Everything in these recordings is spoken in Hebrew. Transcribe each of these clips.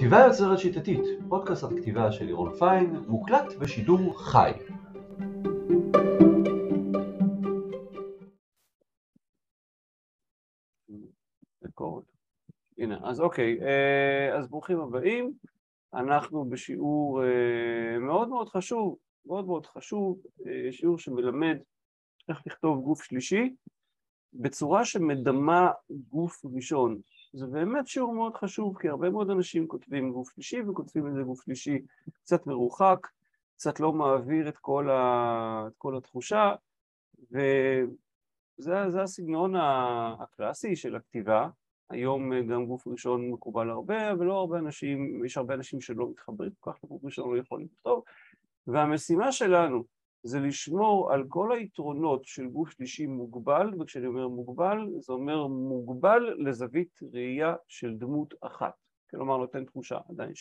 כתיבה יוצרת שיטתית, פודקאסט על כתיבה של לירון פיין, מוקלט בשידור חי. הנה, אז אוקיי, אז ברוכים הבאים. אנחנו בשיעור מאוד מאוד חשוב, שיעור שמלמד איך לכתוב גוף שלישי בצורה שמדמה גוף ראשון. זה באמת שיעור מאוד חשוב, כי הרבה מאוד אנשים כותבים גוף שלישי, וכותבים איזה גוף שלישי קצת מרוחק, קצת לא מעביר את כל התחושה, וזה הסגנון הקלאסי של הכתיבה. היום גם גוף ראשון מקובל הרבה, אבל לא הרבה אנשים, יש הרבה אנשים שלא מתחברים כל כך לגוף ראשון, לא יכולים לכתוב, והמשימה שלנו זה לשמור על כל היתרונות של גוף שלישי מוגבל, וכשאני אומר מוגבל, זה אומר מוגבל לזווית ראייה של דמות אחת. כלומר, נותן תחושה עדיין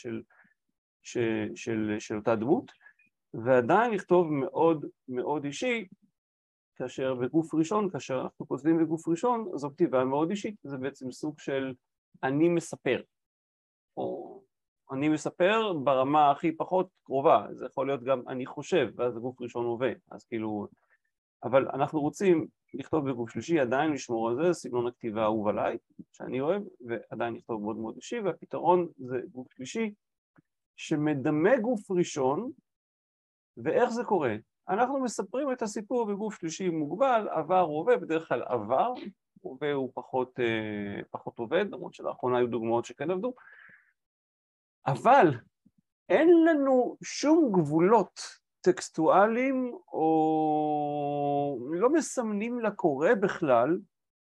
של אותה דמות, ועדיין לכתוב מאוד מאוד אישי, כאשר בגוף ראשון, כאשר אנחנו כותבים בגוף ראשון, זו כתיבה מאוד אישית, זה בעצם סוג של אני מספר, או אני מספר ברמה הכי פחות קרובה, זה יכול להיות גם אני חושב, ואז הגוף ראשון עובד, אז כאילו, אבל אנחנו רוצים לכתוב בגוף שלישי, עדיין לשמור על זה, סגנון הכתיבה האהוב עליי, שאני אוהב, ועדיין לכתוב מאוד מאוד אישי, והפתרון זה גוף שלישי, שמדמה גוף ראשון, ואיך זה קורה? אנחנו מספרים את הסיפור בגוף שלישי מוגבל, עבר הווה, בדרך כלל עבר, הווה הוא פחות עובד, למרות שלאחרונה היו דוגמאות שכן עבדו, אבל אין לנו שום גבולות טקסטואליים, או לא מסמנים לקורא בכלל,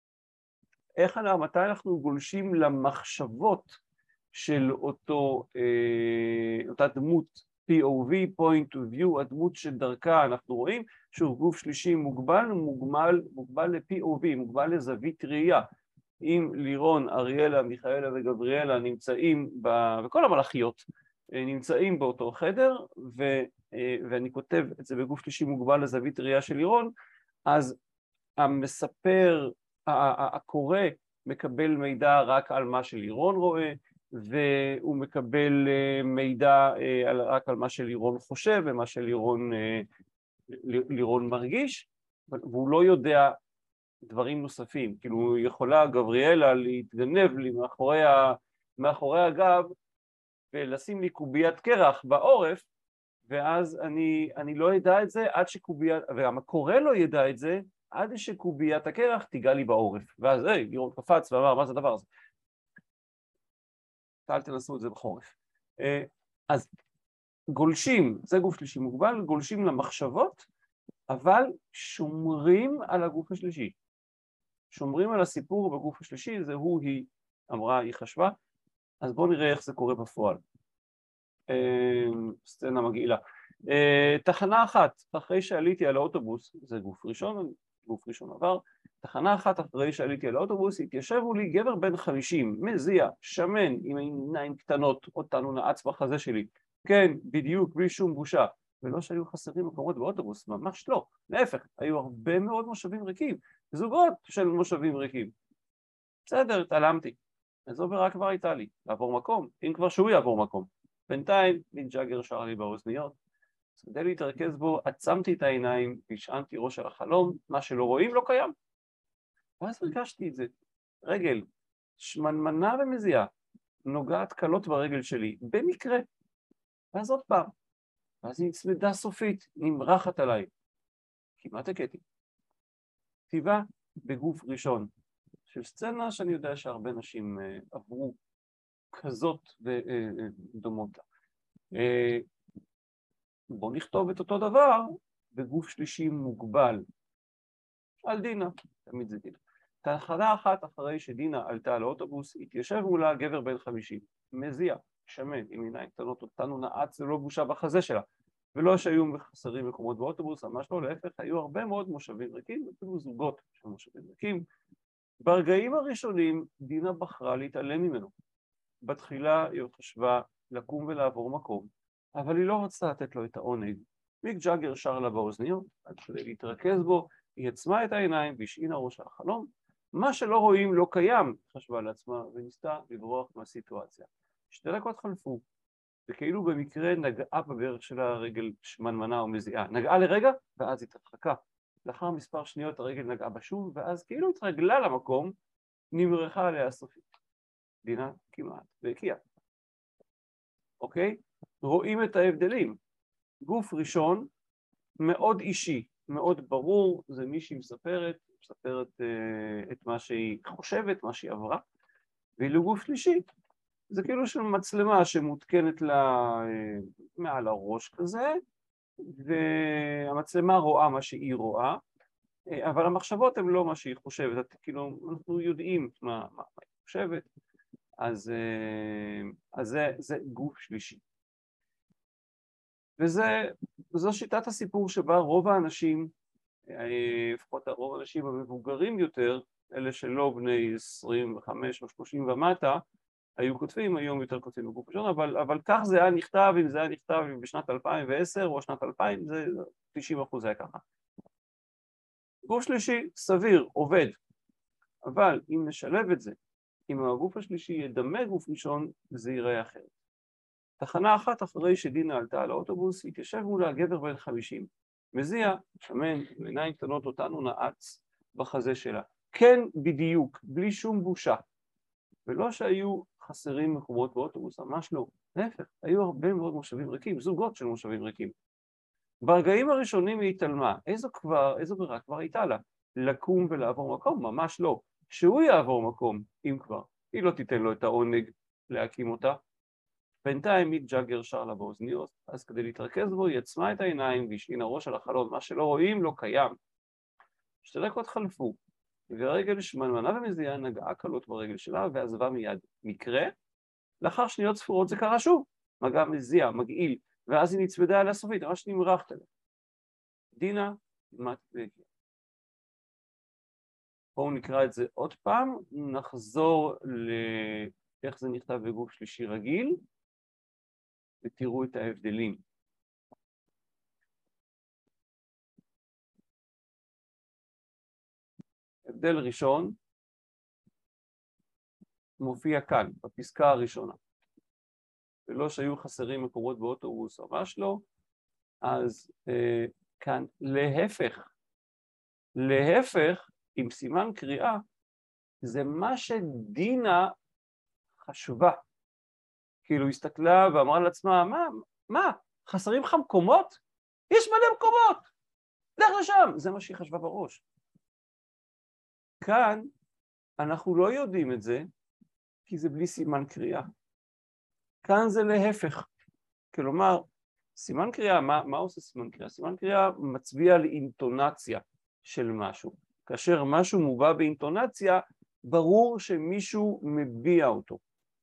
מתי אנחנו גולשים למחשבות של אותה דמות, POV, point of view, הדמות שדרכה אנחנו רואים, שוב, גוף שלישי מוגבל ל-POV, מוגבל לזווית ראייה. אם לירון, אריאלה, מיכאלה וגבריאלה נמצאים, וכל המלאכיות נמצאים באותו חדר, ואני כותב את זה בגוף שלישי מוגבל לזווית ראייה של לירון, אז המספר, הקורא מקבל מידע רק על מה שלירון רואה, והוא מקבל מידע רק על מה שלירון חושב ומה שלירון מרגיש, והוא לא יודע דברים נוספים. כאילו יכולה גבריאלה להתגנב לי מאחורי הגב ולשים לי קוביית קרח בעורף, ואז אני לא ידע את זה עד וגם הקורא לא ידע את זה עד שקוביית הקרח תיגע לי בעורף, ואז לירון קפץ ואמר מה זה הדבר הזה. אל תנסו את זה בחורף. אז גולשים, זה גוף שלישי מוגבל, גולשים למחשבות, אבל שומרים על הגוף השלישי. שומרים על הסיפור בגוף השלישי, זה הוא, היא אמרה, היא חשבה, אז בואו נראה איך זה קורה בפועל. סצנה מגעילה. תחנה אחת, אחרי שעליתי על האוטובוס, זה גוף ראשון עבר, תחנה אחת אחרי שעליתי על האוטובוס, התיישבו לי גבר בן 50, מזיע, שמן, עם עיניים קטנות, אותנו נעץ בחזה שלי. כן, בדיוק, בלי שום בושה. ולא שהיו חסרים מקומות באוטובוס, ממש לא. להפך, היו הרבה מאוד מושבים ריקים, זוגות של מושבים ריקים. בסדר, התעלמתי. אז אופרה כבר הייתה לי, לעבור מקום, אם כבר שהוא יעבור מקום. בינתיים, מיק ג'אגר שר לי באוזניות. כדי להתרכז בו, עצמתי את העיניים, והשענתי ראש על החלום, מה שלא רואים לא קיים. ואז הרגשתי את זה. רגל, שמנמנה ומזיעה, נוגעת קלות ברגל שלי, במקרה. ואז עוד פעם. ואז היא צמדה סופית, נמרחת עליי. כמעט הקטי. כתיבה בגוף ראשון, של סצנה שאני יודע שהרבה נשים עברו כזאת ודומות לה. בואו נכתוב את אותו דבר בגוף שלישי מוגבל. על דינה, תמיד זה דינה. תחנה אחת אחרי שדינה עלתה על האוטובוס, התיישב מולה גבר בן 50, מזיע, שמן, עם עיניים קטנות, אותנו נעץ ולא בושה בחזה שלה. ולא שהיו חסרים מקומות באוטובוס, ממש לא, להפך, היו הרבה מאוד מושבים ריקים, אפילו זוגות של מושבים ריקים. ברגעים הראשונים דינה בחרה להתעלם ממנו. בתחילה היא חשבה לקום ולעבור מקום, אבל היא לא רצתה לתת לו את העונג. מיק ג'אגר שר לה באוזניות, עד כדי להתרכז בו, היא עצמה את העיניים והשעינה ראש על החלום. מה שלא רואים לא קיים, חשבה לעצמה, וניסתה לברוח מהסיטואציה. 2 דקות חלפו, וכאילו במקרה נגעה בברך שלה רגל שמנמנה או מזיעה. נגעה לרגע, ואז התרחקה. לאחר מספר שניות הרגל נגעה בשוב, ואז כאילו התרגלה למקום, נמרחה עליה סופית. דינה כמעט והקיעה. אוקיי? רואים את ההבדלים. גוף ראשון, מאוד אישי, מאוד ברור, זה מישהי מספרת את מה שהיא חושבת, מה שהיא עברה, ואילו גוף שלישי, זה כאילו של מצלמה שמותקנת לה מעל הראש כזה, והמצלמה רואה מה שהיא רואה, אבל המחשבות הן לא מה שהיא חושבת, כאילו אנחנו יודעים מה היא חושבת, אז זה גוף שלישי. וזו שיטת הסיפור שבה רוב האנשים, לפחות רוב האנשים המבוגרים יותר, אלה שלא בני 25 או 30 ומטה, היו כותבים, היום יותר כותבים בגוף ראשון, אבל כך זה היה נכתב, אם זה היה נכתב בשנת 2010 או שנת 2000, זה 90% היה ככה. גוף שלישי, סביר, עובד, אבל אם נשלב את זה, אם הגוף השלישי ידמה גוף ראשון, זה ייראה אחרת. תחנה אחת אחרי שדינה עלתה על האוטובוס, התיישב מולה גבר בן 50. מזיע, שמן, עם עיניים קטנות אותנו נעץ בחזה שלה. כן בדיוק, בלי שום בושה. ולא שהיו חסרים מקומות באוטובוס, ממש לא. להפך, היו הרבה מאוד מושבים ריקים, זוגות של מושבים ריקים. ברגעים הראשונים היא התעלמה. איזו ברירה כבר הייתה לה? לקום ולעבור מקום? ממש לא. שהוא יעבור מקום, אם כבר. היא לא תיתן לו את העונג להקים אותה. בינתיים מיק ג'אגר שר לה באוזניות, אז כדי להתרכז בו היא עצמה את העיניים והשעינה ראש על החלון, מה שלא רואים לא קיים. 2 דקות חלפו, והרגל שמנמנה ומזיעה נגעה קלות ברגל שלה ועזבה מיד. מקרה, לאחר שניות ספורות זה קרה שוב, מגע מזיע, מגעיל, ואז היא נצמדה עליה סופית, ממש נמרחת עליה. דינה כמעט והגיעה. בואו נקרא את זה עוד פעם, נחזור לאיך זה נכתב בגוף שלישי רגיל, ותראו את ההבדלים. הבדל ראשון מופיע כאן, בפסקה הראשונה. ולא שהיו חסרים מקומות באוטובוס, ממש לא, אז כאן להפך, עם סימן קריאה, זה מה שדינה חשבה. כאילו הסתכלה ואמרה לעצמה, מה? חסרים לך מקומות? יש מלא מקומות! לך לשם! זה מה שהיא חשבה בראש. כאן אנחנו לא יודעים את זה, כי זה בלי סימן קריאה. כאן זה להפך. כלומר, סימן קריאה, מה עושה סימן קריאה? סימן קריאה מצביע על אינטונציה של משהו. כאשר משהו מובא באינטונציה, ברור שמישהו מביע אותו.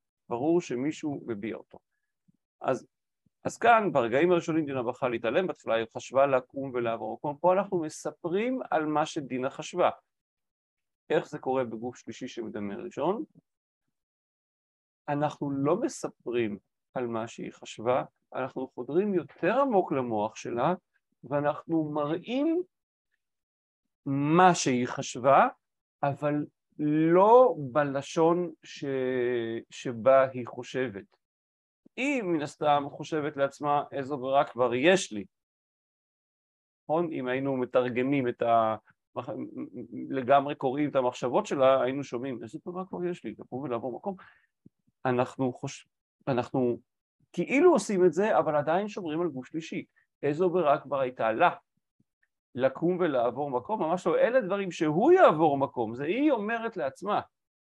אז כאן, ברגעים הראשונים דינה בחרה להתעלם, בתחילה היא חשבה לקום ולעבור מקום. פה אנחנו מספרים על מה שדינה חשבה. איך זה קורה בגוף שלישי שמדמה ראשון? אנחנו לא מספרים על מה שהיא חשבה, אנחנו חודרים יותר עמוק למוח שלה, ואנחנו מראים מה שהיא חשבה, אבל לא בלשון שבה היא חושבת. היא מן הסתם חושבת לעצמה איזו ברירה כבר יש לי. נכון? אם היינו מתרגמים לגמרי קוראים את המחשבות שלה, היינו שומעים איזו ברירה כבר יש לי, לקום ולעבור מקום. אנחנו כאילו עושים את זה, אבל עדיין שומרים על גוף שלישי. איזו ברירה כבר הייתה לה? לקום ולעבור מקום, ממש לא, אלה דברים שהוא יעבור מקום, זה היא אומרת לעצמה.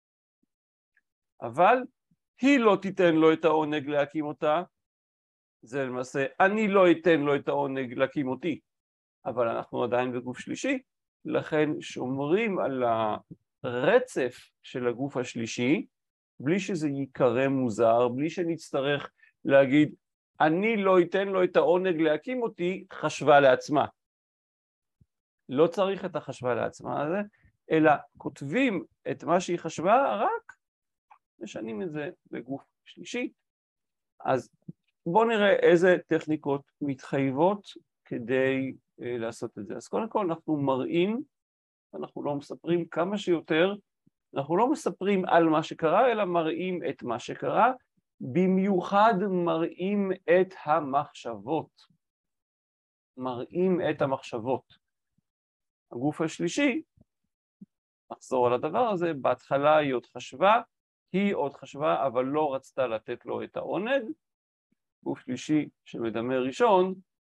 אבל היא לא תיתן לו את העונג להקים אותה, זה למעשה, אני לא אתן לו את העונג להקים אותי, אבל אנחנו עדיין בגוף שלישי, לכן שומרים על הרצף של הגוף השלישי, בלי שזה ייקרא מוזר, בלי שנצטרך להגיד, אני לא אתן לו את העונג להקים אותי, חשבה לעצמה. לא צריך את החשבה לעצמה הזה, אלא כותבים את מה שהיא חשבה, רק משנים את זה בגוף שלישי. אז בואו נראה איזה טכניקות מתחייבות כדי לעשות את זה. אז קודם כל אנחנו מראים, אנחנו לא מספרים כמה שיותר, אנחנו לא מספרים על מה שקרה, אלא מראים את מה שקרה, במיוחד מראים את המחשבות. מראים את המחשבות. הגוף השלישי, נחזור על הדבר הזה, בהתחלה היא עוד חשבה, אבל לא רצתה לתת לו את העונג. גוף שלישי שמדמה ראשון,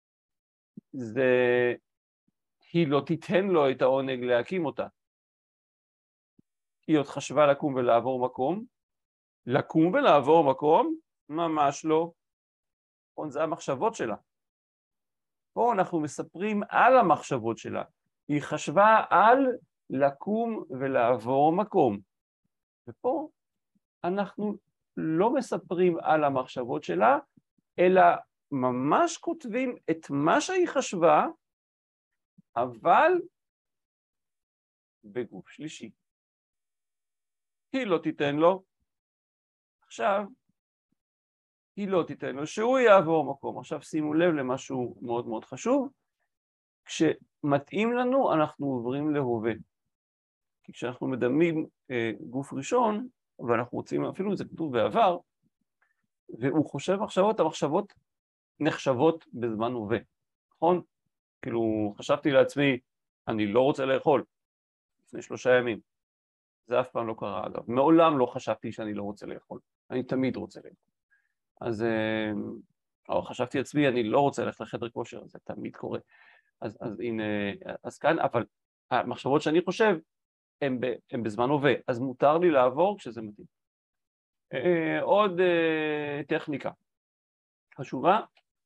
היא לא תיתן לו את העונג להקים אותה. היא עוד חשבה לקום ולעבור מקום. לקום ולעבור מקום? ממש לא. זה המחשבות שלה. פה אנחנו מספרים על המחשבות שלה. היא חשבה על לקום ולעבור מקום. ופה אנחנו לא מספרים על המחשבות שלה, אלא ממש כותבים את מה שהיא חשבה, אבל בגוף שלישי. היא לא תיתן לו. עכשיו, היא לא תיתן לו שהוא יעבור מקום. עכשיו שימו לב למשהו מאוד מאוד חשוב. כשמתאים לנו, אנחנו עוברים להווה. כי כשאנחנו מדמים גוף ראשון, ואנחנו רוצים, אפילו זה כתוב בעבר, והוא חושב מחשבות, המחשבות נחשבות בזמן הווה. נכון? כאילו, חשבתי לעצמי, אני לא רוצה לאכול לפני 3 ימים. זה אף פעם לא קרה, אגב. מעולם לא חשבתי שאני לא רוצה לאכול. אני תמיד רוצה לאכול. אז חשבתי לעצמי, אני לא רוצה ללכת לחדר כושר, זה תמיד קורה. אז הנה, אז כאן, אבל המחשבות שאני חושב, הן בזמן הווה, אז מותר לי לעבור כשזה מתאים. עוד טכניקה חשובה,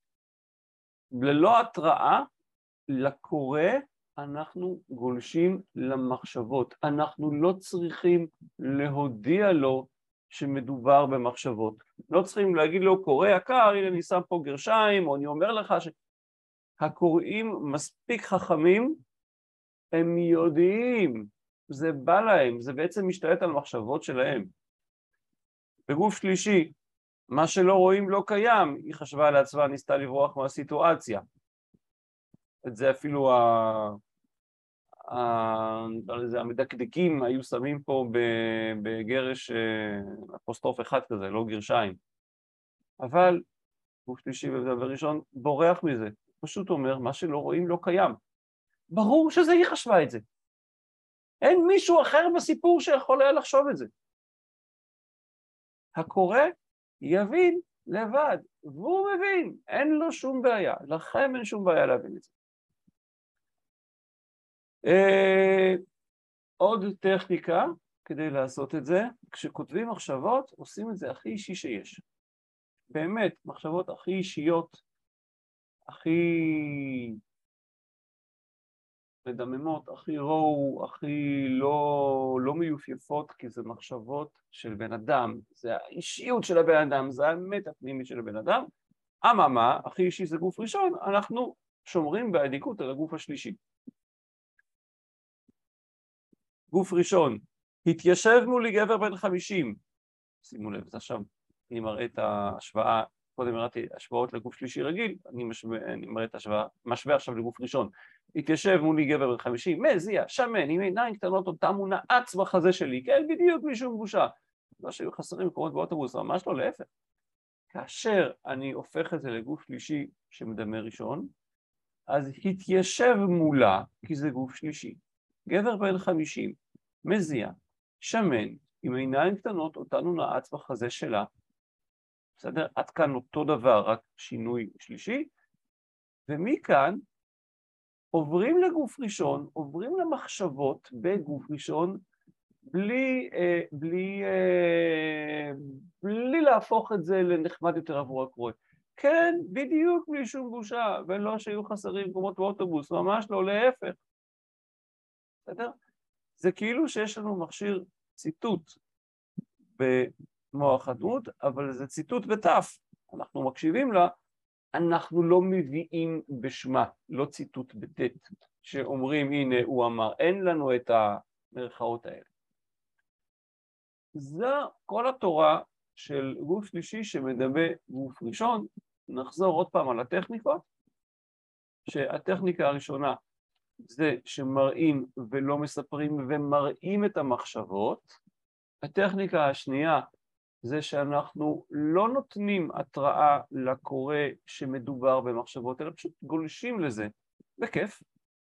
ללא התראה, לקורא אנחנו גולשים למחשבות. אנחנו לא צריכים להודיע לו שמדובר במחשבות. לא צריכים להגיד לו, קורא יקר, הנה אני שם פה גרשיים, או אני אומר לך שהקוראים מספיק חכמים, הם יודעים, זה בא להם, זה בעצם משתלט על מחשבות שלהם. בגוף שלישי, מה שלא רואים לא קיים, היא חשבה לעצמה, ניסתה לברוח מהסיטואציה. את זה אפילו המדקדקים היו שמים פה בגרש אפוסטרוף אחד כזה, לא גרשיים. אבל גוף שלישי וראשון בורח מזה, פשוט אומר, מה שלא רואים לא קיים. ברור שזה היא חשבה את זה. אין מישהו אחר בסיפור שיכול היה לחשוב את זה. הקורא יבין לבד, והוא מבין, אין לו שום בעיה, לכם אין שום בעיה להבין את זה. עוד טכניקה כדי לעשות את זה, כשכותבים מחשבות, עושים את זה הכי אישי שיש. באמת, מחשבות הכי אישיות, הכי מדממות, הכי רואו, הכי לא מיופייפות, כי זה מחשבות של בן אדם, זה האישיות של הבן אדם, זה האמת הפנימית של הבן אדם. אממה, הכי אישי זה גוף ראשון, אנחנו שומרים בעדיקות על הגוף השלישי. גוף ראשון, התיישב מולי גבר בן 50, שימו לב, זה עכשיו, אני מראה את ההשוואה, קודם הראיתי השוואות לגוף שלישי רגיל, אני מראה את ההשוואה, משווה עכשיו לגוף ראשון. התיישב מולי גבר בן 50, מזיע, שמן, עם עיניים קטנות, אותה מונעץ בחזה שלי, כן, בדיוק משום בושה. לא שהיו חסרים מקומות באוטובוס, ממש לא, להפך. כאשר אני הופך את זה לגוף שלישי שמדמה ראשון, אז התיישב מולה, כי זה גוף שלישי. גבר בן 50, מזיע, שמן, עם עיניים קטנות, אותנו נעץ בחזה שלה. בסדר? עד כאן אותו דבר, רק שינוי שלישי. ומכאן עוברים לגוף ראשון, עוברים למחשבות בגוף ראשון, בלי להפוך את זה לנחמד יותר עבור הקורא. כן, בדיוק בלי שום בושה, ולא שהיו חסרים מקומות באוטובוס, ממש לא, להפך. בסדר? זה כאילו שיש לנו מכשיר ציטוט במוח הדמות, אבל זה ציטוט בתף. אנחנו מקשיבים לה, אנחנו לא מביאים בשמה, לא ציטוט בטט, שאומרים הנה הוא אמר, אין לנו את המרכאות האלה. זו כל התורה של גוף שלישי שמדמה גוף ראשון. נחזור עוד פעם על הטכניקות, שהטכניקה הראשונה זה שמראים ולא מספרים ומראים את המחשבות. הטכניקה השנייה זה שאנחנו לא נותנים התראה לקורא שמדובר במחשבות, אלא פשוט גולשים לזה, בכיף.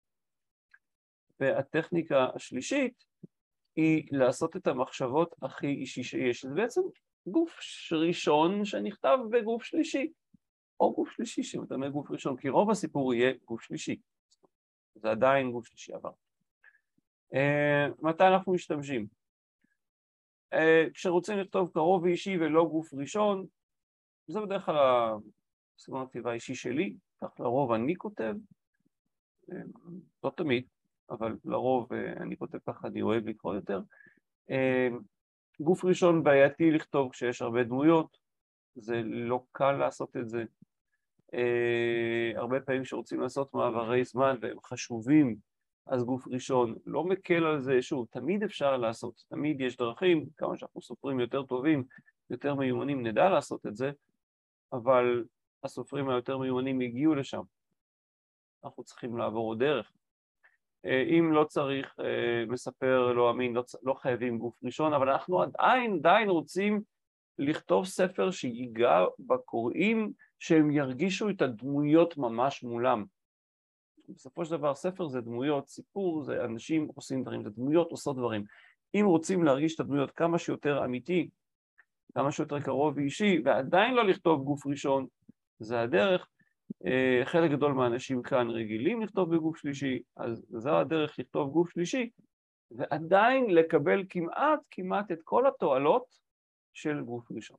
והטכניקה השלישית היא לעשות את המחשבות הכי אישי שיש. זה בעצם גוף ראשון שנכתב בגוף שלישי, או גוף שלישי שמדמה גוף ראשון, כי רוב הסיפור יהיה גוף שלישי. זה עדיין גוף שלישי עבר. מתי אנחנו משתמשים? כשרוצים לכתוב קרוב ואישי ולא גוף ראשון, זה בדרך כלל הסגנון הכתיבה האישי שלי, כך לרוב אני כותב, לא תמיד, אבל לרוב אני כותב ככה, אני אוהב לקרוא יותר. גוף ראשון בעייתי לכתוב כשיש הרבה דמויות, זה לא קל לעשות את זה. הרבה פעמים שרוצים לעשות מעברי זמן והם חשובים, אז גוף ראשון לא מקל על זה, שוב, תמיד אפשר לעשות, תמיד יש דרכים, כמה שאנחנו סופרים יותר טובים, יותר מיומנים, נדע לעשות את זה, אבל הסופרים היותר מיומנים הגיעו לשם. אנחנו צריכים לעבור עוד דרך. אם לא צריך, מספר, לא אמין, לא חייבים גוף ראשון, אבל אנחנו עדיין רוצים לכתוב ספר שיגע בקוראים, שהם ירגישו את הדמויות ממש מולם. בסופו של דבר ספר זה דמויות, סיפור זה אנשים עושים דברים, זה דמויות עושות דברים. אם רוצים להרגיש את הדמויות כמה שיותר אמיתי, כמה שיותר קרוב ואישי, ועדיין לא לכתוב גוף ראשון, זה הדרך. חלק גדול מהאנשים כאן רגילים לכתוב בגוף שלישי, אז זו הדרך לכתוב גוף שלישי, ועדיין לקבל כמעט את כל התועלות של גוף ראשון.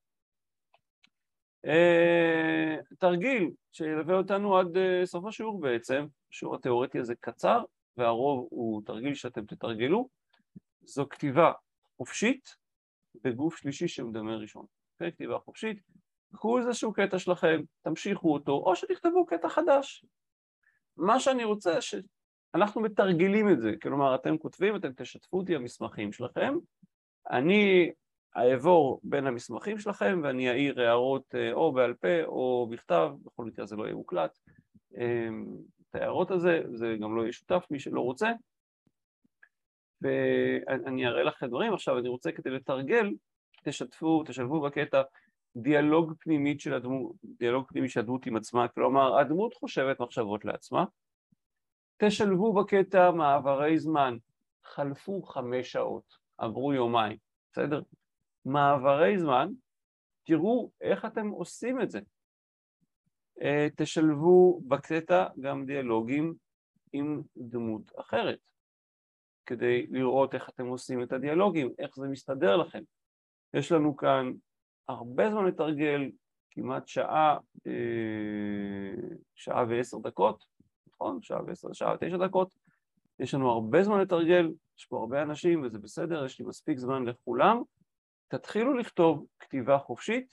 תרגיל שילווה אותנו עד סוף השיעור בעצם, השיעור התיאורטי הזה קצר, והרוב הוא תרגיל שאתם תתרגלו, זו כתיבה חופשית בגוף שלישי שמדמה ראשון. כתיבה חופשית, קחו איזשהו קטע שלכם, תמשיכו אותו, או שתכתבו קטע חדש. מה שאני רוצה, שאנחנו מתרגלים את זה, כלומר אתם כותבים, אתם תשתפו אותי המסמכים שלכם, אני אעבור בין המסמכים שלכם ואני אעיר הערות או בעל פה או בכתב, בכל מקרה זה לא יהיה מוקלט, את ההערות הזה, זה גם לא יהיה שותף מי שלא רוצה, ואני אראה לכם דברים. עכשיו אני רוצה כדי לתרגל, תשלבו בקטע דיאלוג פנימי של הדמות עם עצמה, כלומר הדמות חושבת מחשבות לעצמה, תשלבו בקטע מעברי זמן, חלפו 5 שעות, עברו יומיים, בסדר? מעברי זמן, תראו איך אתם עושים את זה. תשלבו בקטע גם דיאלוגים עם דמות אחרת, כדי לראות איך אתם עושים את הדיאלוגים, איך זה מסתדר לכם. יש לנו כאן הרבה זמן לתרגל, כמעט שעה ו10 דקות, נכון? שעה ו9 דקות. יש לנו הרבה זמן לתרגל, יש פה הרבה אנשים וזה בסדר, יש לי מספיק זמן לכולם. תתחילו לכתוב כתיבה חופשית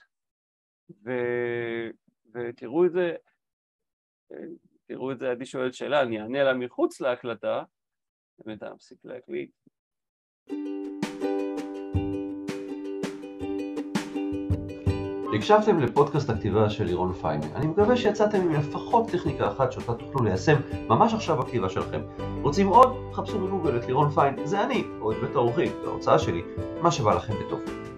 ותראו את זה, עדי שואל שאלה, אני אענה לה מחוץ להקלטה, באמת אמסיק להקליט. הקשבתם לפודקאסט הכתיבה של לירון פיין. אני מקווה שיצאתם עם לפחות טכניקה אחת שאותה תוכלו ליישם ממש עכשיו בכתיבה שלכם. רוצים עוד? חפשו בגוגל את לירון פיין, זה אני, או את בית האורחים, ההוצאה שלי, מה שבא לכם בטוב.